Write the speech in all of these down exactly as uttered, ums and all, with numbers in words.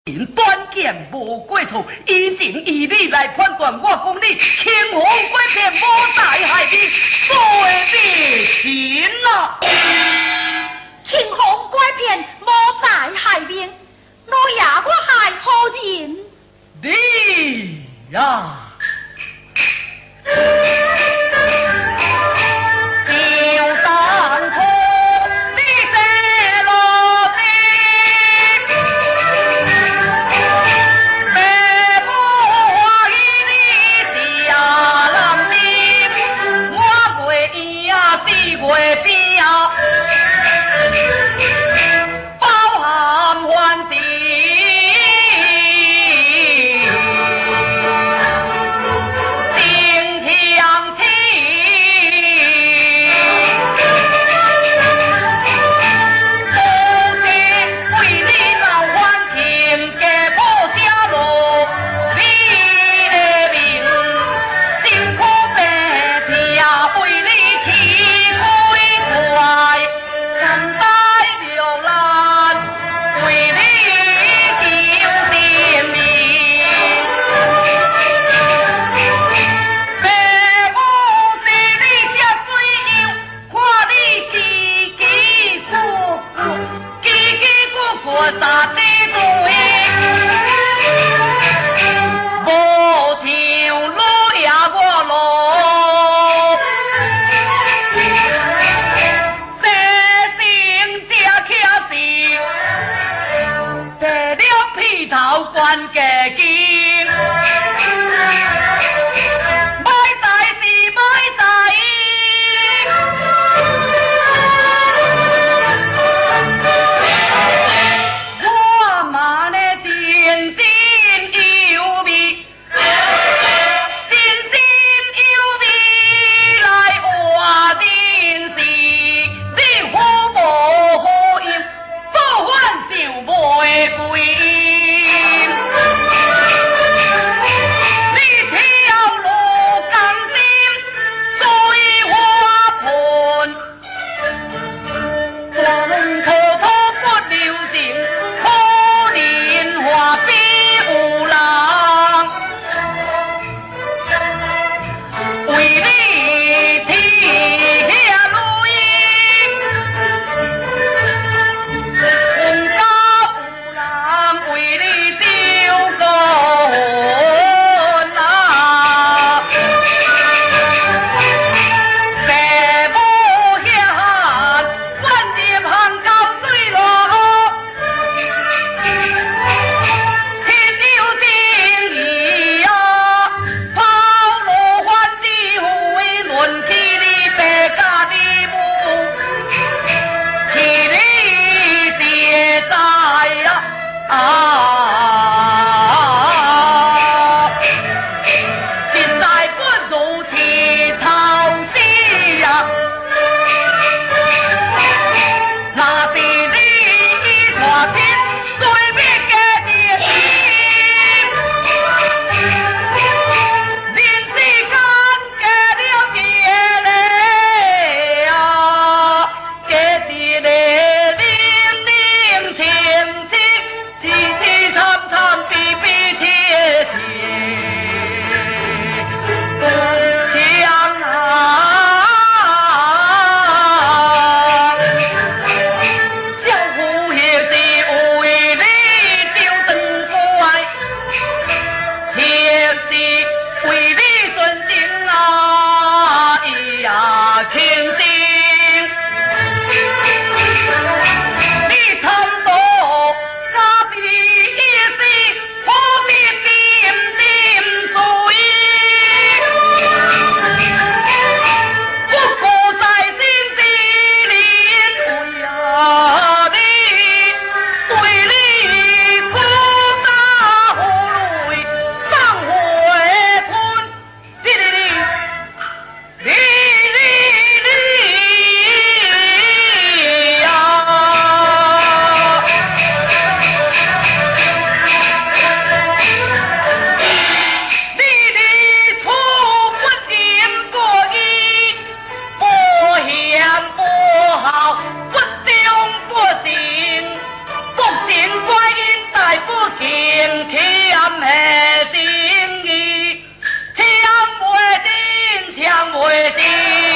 因短见无过错，以情以理来判断，我讲你轻红鬼骗，无大害你，所谓必行啊！ 轻红拐骗，无大害命，我呀，我还何人？ 你呀！ 你听明天下定义，抢袂定，抢袂定。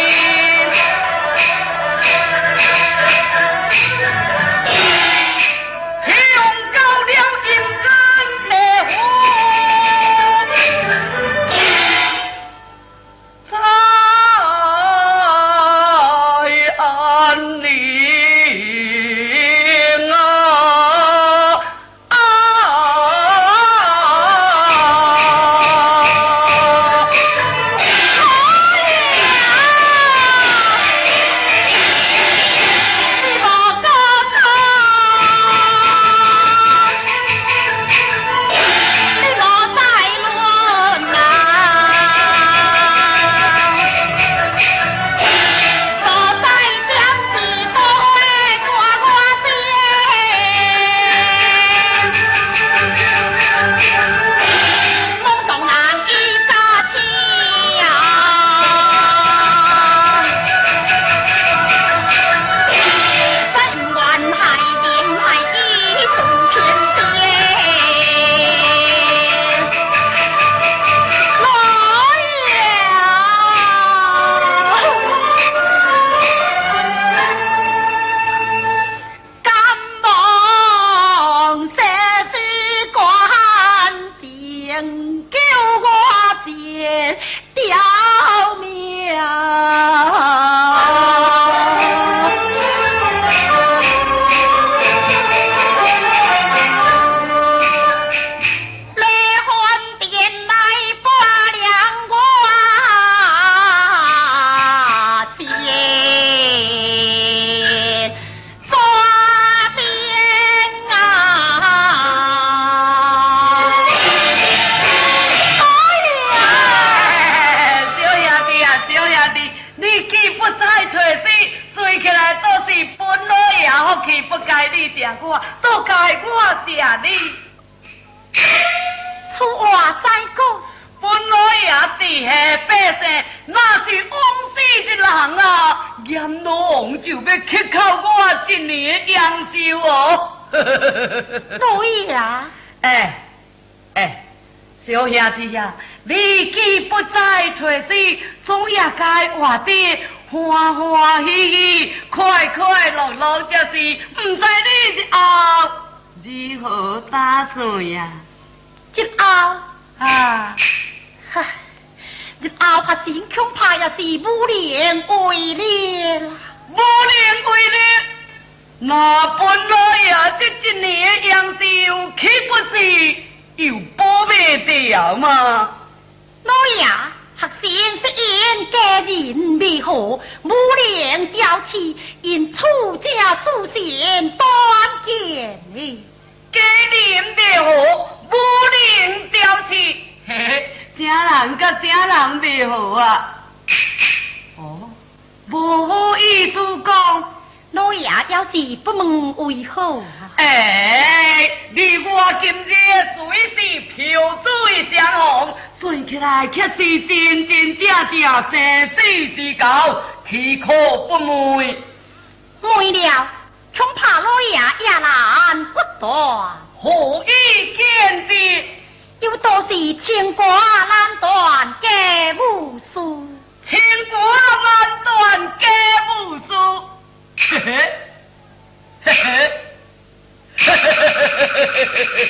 小兄弟呀，你既不在找死，总也该活得欢欢喜喜、快快乐乐，就是唔知你日后如何打算呀？ 日后啊， 唉，日后发展恐怕也是无能为力啦。 无能为力，那本来呀，这一年的阳寿岂不是又保未掉吗？ 老爷，学生是因家人未和，无能调起，因出家祖先断见呢。 家人未和，无能调起，嘿嘿，啥人甲啥人未和啊？哦，无好意思讲。 老爷要是不问为好啊？ 哎，你我今日随时漂水相逢，算起来却是真真正正生死之交，岂可不昧？ 昧了，恐怕老爷也难不断。 何以见之？ 有多是牵挂难断家务事， 牵挂难断家务事。嘿嘿，嘿嘿，嘿嘿嘿嘿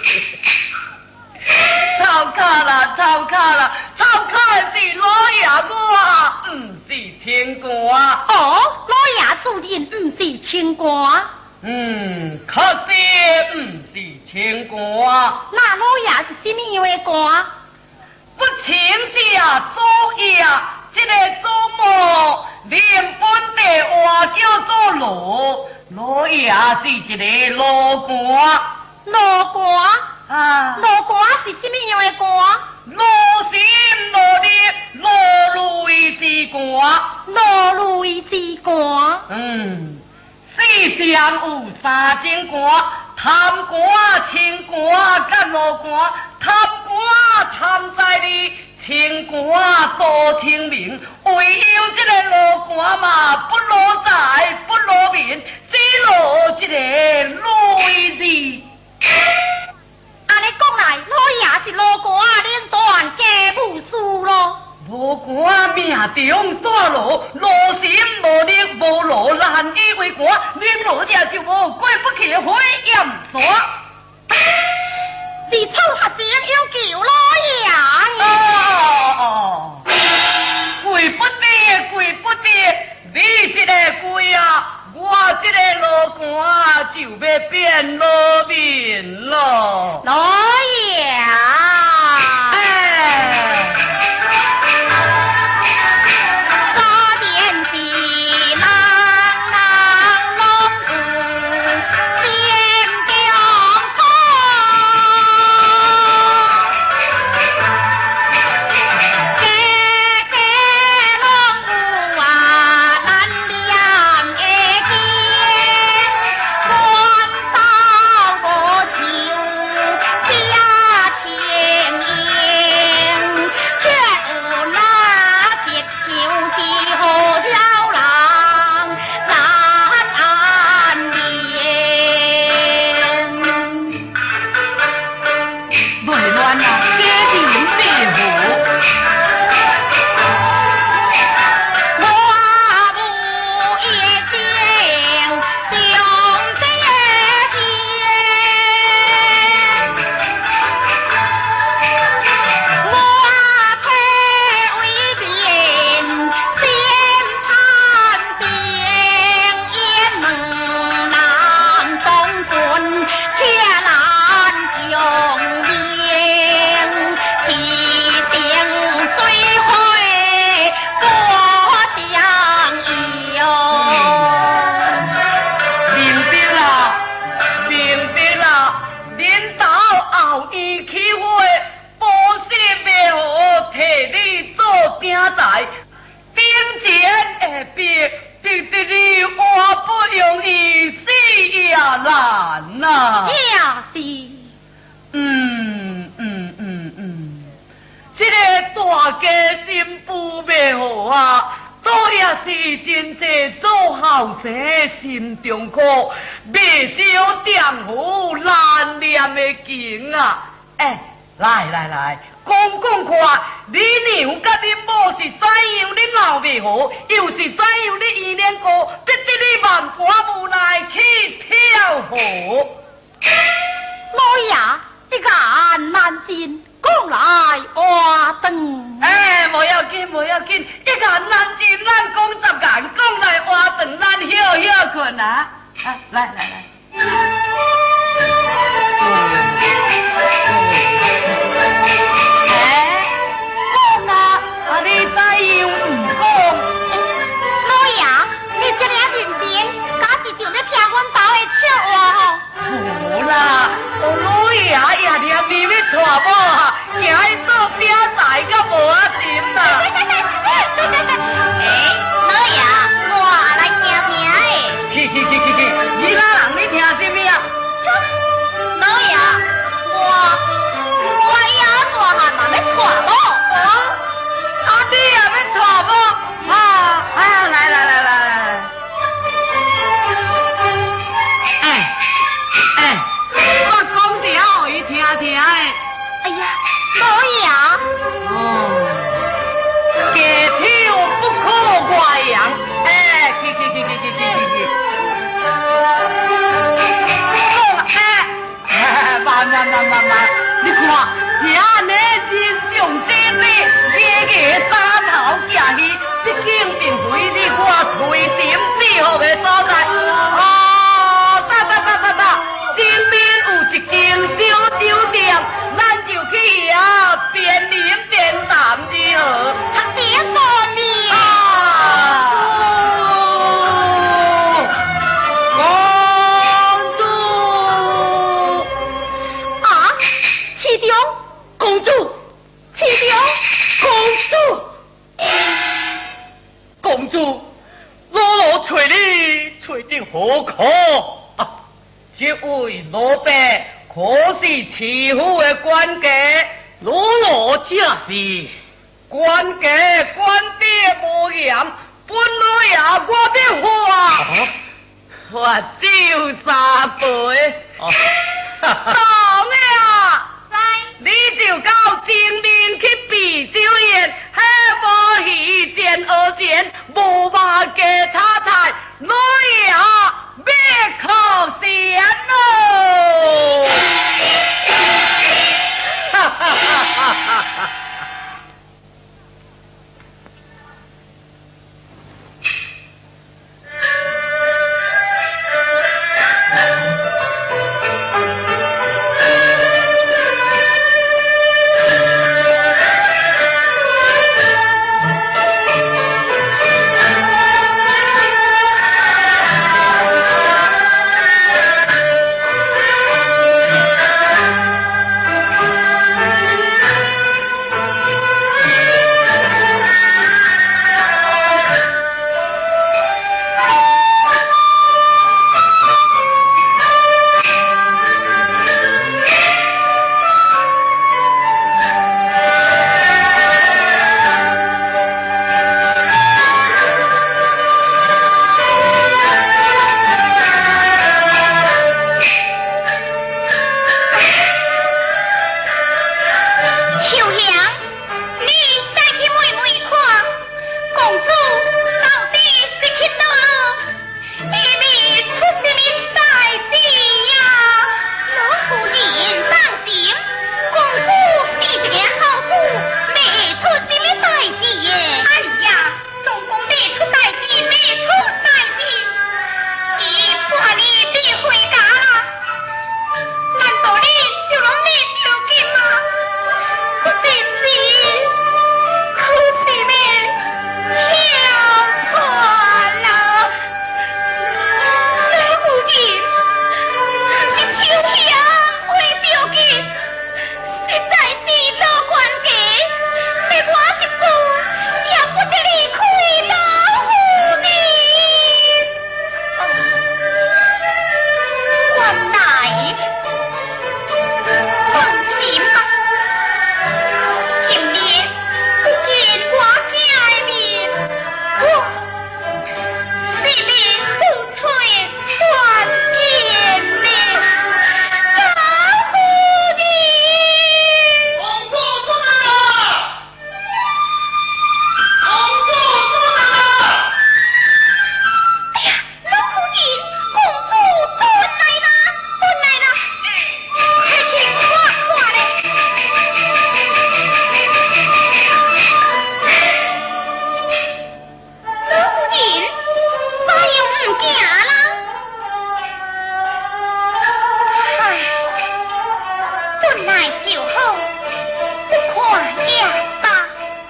嘿，吵卡啦，吵卡啦，吵卡是老爷我，唔是牵挂。 哦，老爷主人唔是牵挂。 嗯，确实唔是牵挂。 那老爷是什么样的挂？ 不请假作业，这个做梦。连本地话叫做罗，罗也是一个罗官。 罗官啊， 罗官是什么样的官？ 罗心罗力罗类之官。 罗类之官。 嗯，世上有三种官：贪官、清官、甲罗官。贪官贪在理。清官多清明，唯有这个罗官嘛，不罗财，不罗名，只罗这个类字。啊， 中大路，路心无力，无路难以为官，恁老家就无过不去的火焰山。 是臭学生要求老哦哦，跪不得，跪不得，你这个跪啊，我这个老官就要变老面了。 老爷。心中苦，未少丈夫难念的情啊！哎，来来来，讲讲看，你娘甲恁某是怎样？恁闹未好，又是怎样？你依恋过，逼得你万般无奈去跳河。 老爷，这个案难尽，讲来话长。 哎，无要紧，无要紧，一个案难尽，咱讲十眼，讲来话长，咱休休困啊！啊，来来来。哎，讲啊，啊你怎样唔讲？ 老爷，你这样认真，假是就要听阮兜的笑话吼。 好啦，老爷也念你要娶某啊，行去做饼仔，甲无啊甜啦。 哎，老爷，我来听听诶。 去去去去去，你哪人？你听什么啊？ 老爷，我我要大汉人要娶某。 哦，啊你也要娶某？啊，哎，来来来来来。哎哎，我讲一下互伊听听诶。 哎呀，老爷。 哦，家丑不可外扬。哎，去去去去去去去去。哎，慢慢慢慢慢，你看，遐呢人上姐姐，月月三头行去，毕竟并非你我随心所欲的所在。哦，哒哒哒哒哒，前面有一间小酒店，咱就去遐边饮边谈如何？ 他别说你啊！ 启中公主，启中公主，公主，老老找你找得何苦啊？这位老伯可是欺负的官家，老老正是官家官爹无严，本老爷我要花，我酒三杯。大呀！你就到前面去避酒宴，还无鱼店就好，不看也罢。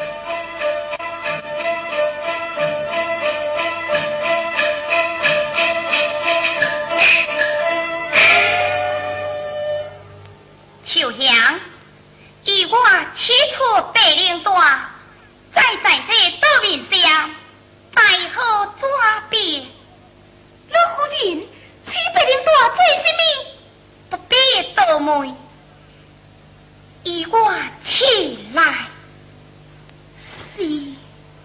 秋香，以我起初白领大，再在这刀面上，待何转变？老夫人，起白领大做什么？不必多问，以我起来是。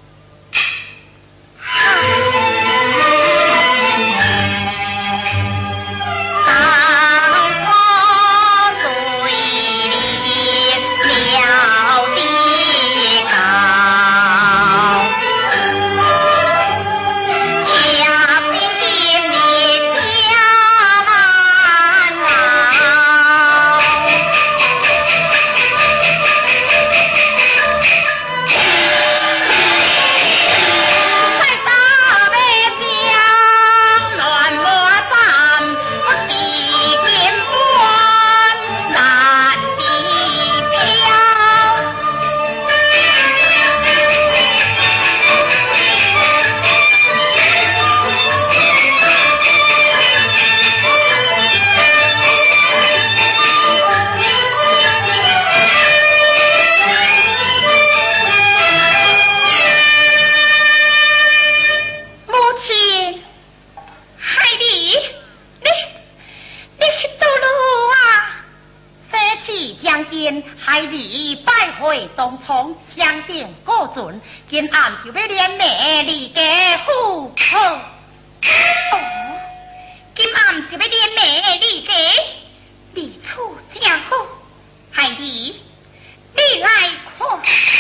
今暗就要连妹离家父后，哦，今暗就要连妹离家，离处正好。孩儿，你来看。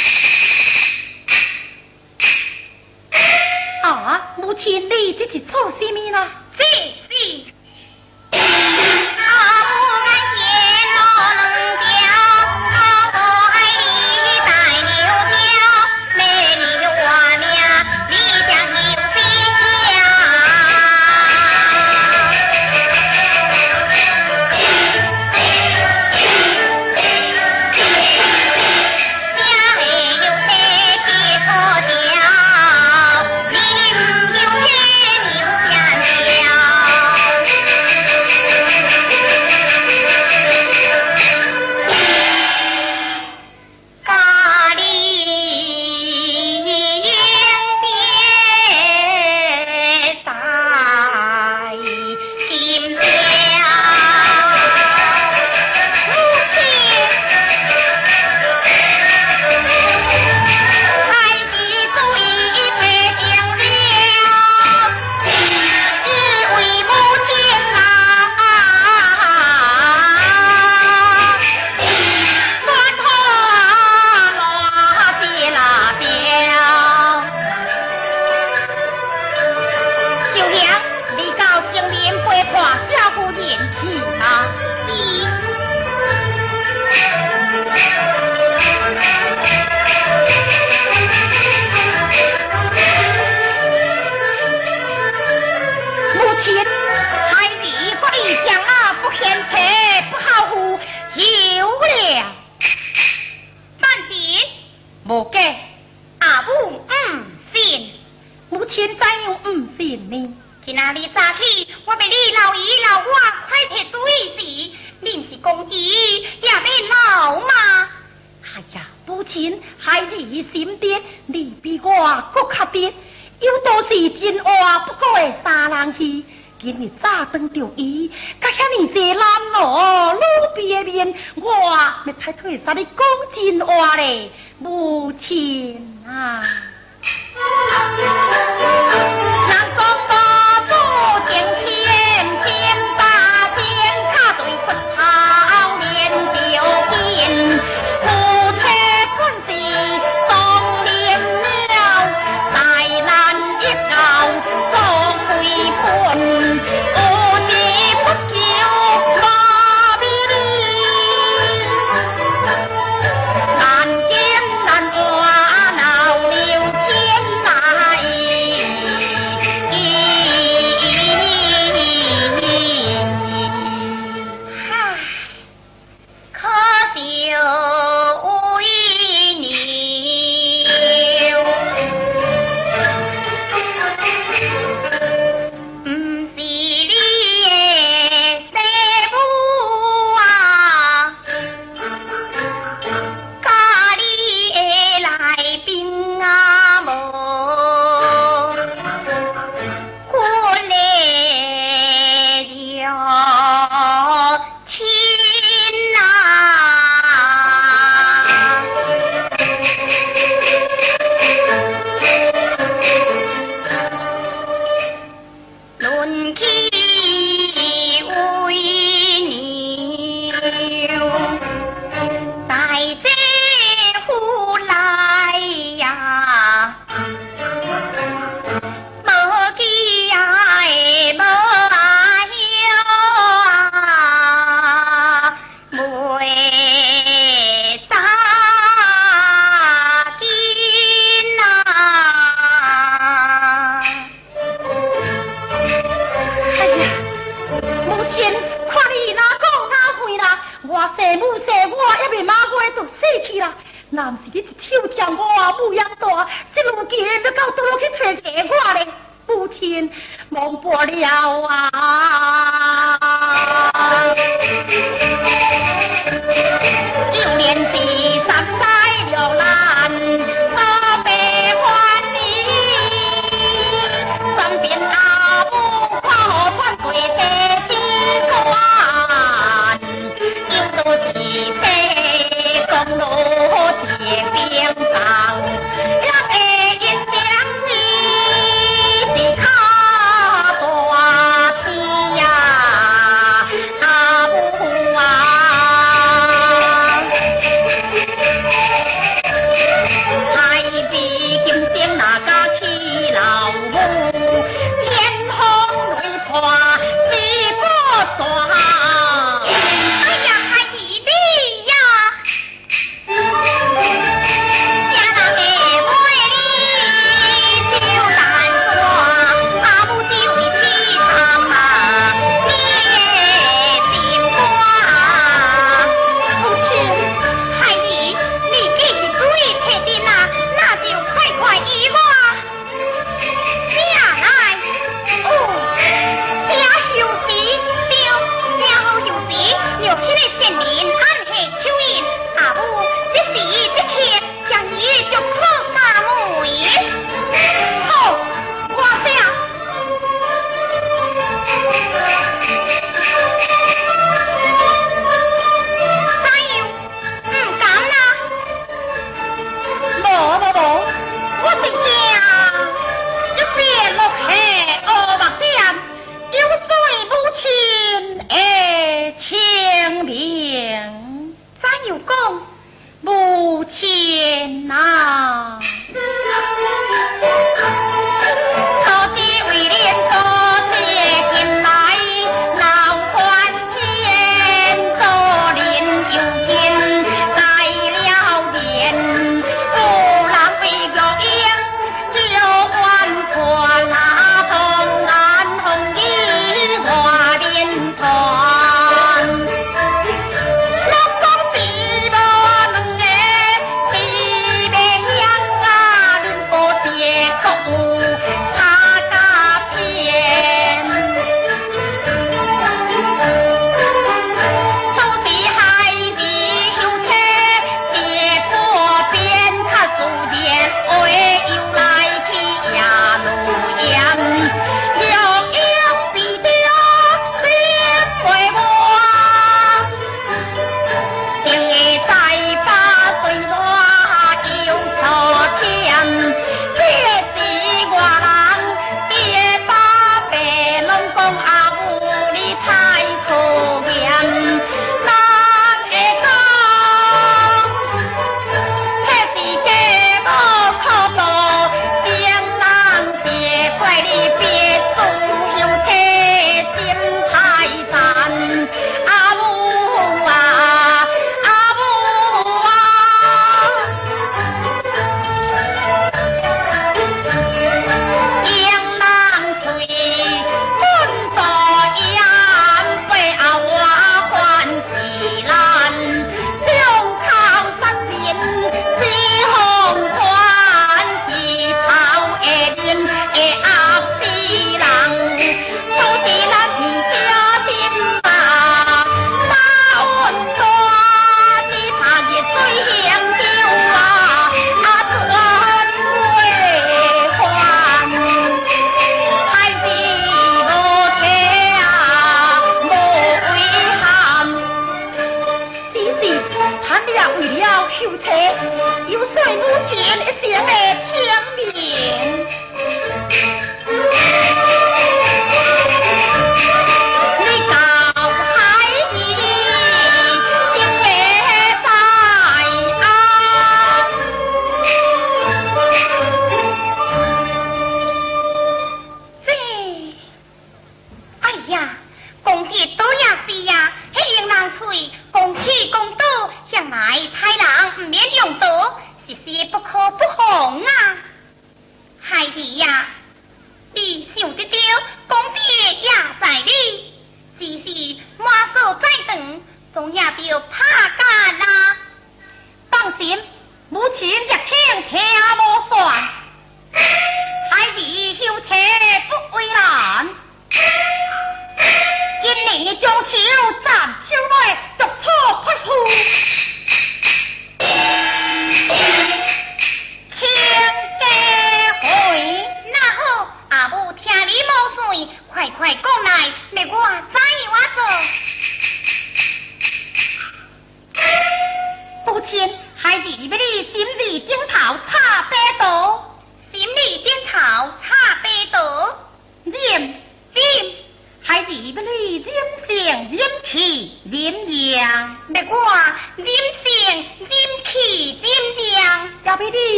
啊，母亲，你这是做什么呢？这是。无假，阿母唔信，母亲怎样唔信呢？今仔日早起，我被你老姨老我快摕主意时，恁是公姨也要闹吗？哎呀，母亲，孩儿心跌，你比我搁较跌，有都是真话不过的三人戏。今日早登着伊，甲遐尼济男咯，老别面，我要太退啥你讲真话咧，母亲啊！人讲多做情天，天大天，卡对佛头连着见，夫妻本是当年了，大难一熬做亏本。一男是你一手将我母养大，这如今要到倒落去找找我咧？母亲忘不了啊！幼年时三载流难，我白还你，身边阿母看我穿对地之冠，有多是被公路。边上，让的印象你是卡大天呀，阿母啊！孩子今生哪家去老母，天空雷破是不抓。 产了为了休车，又随母亲一声的清明。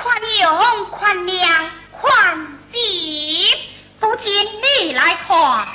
看。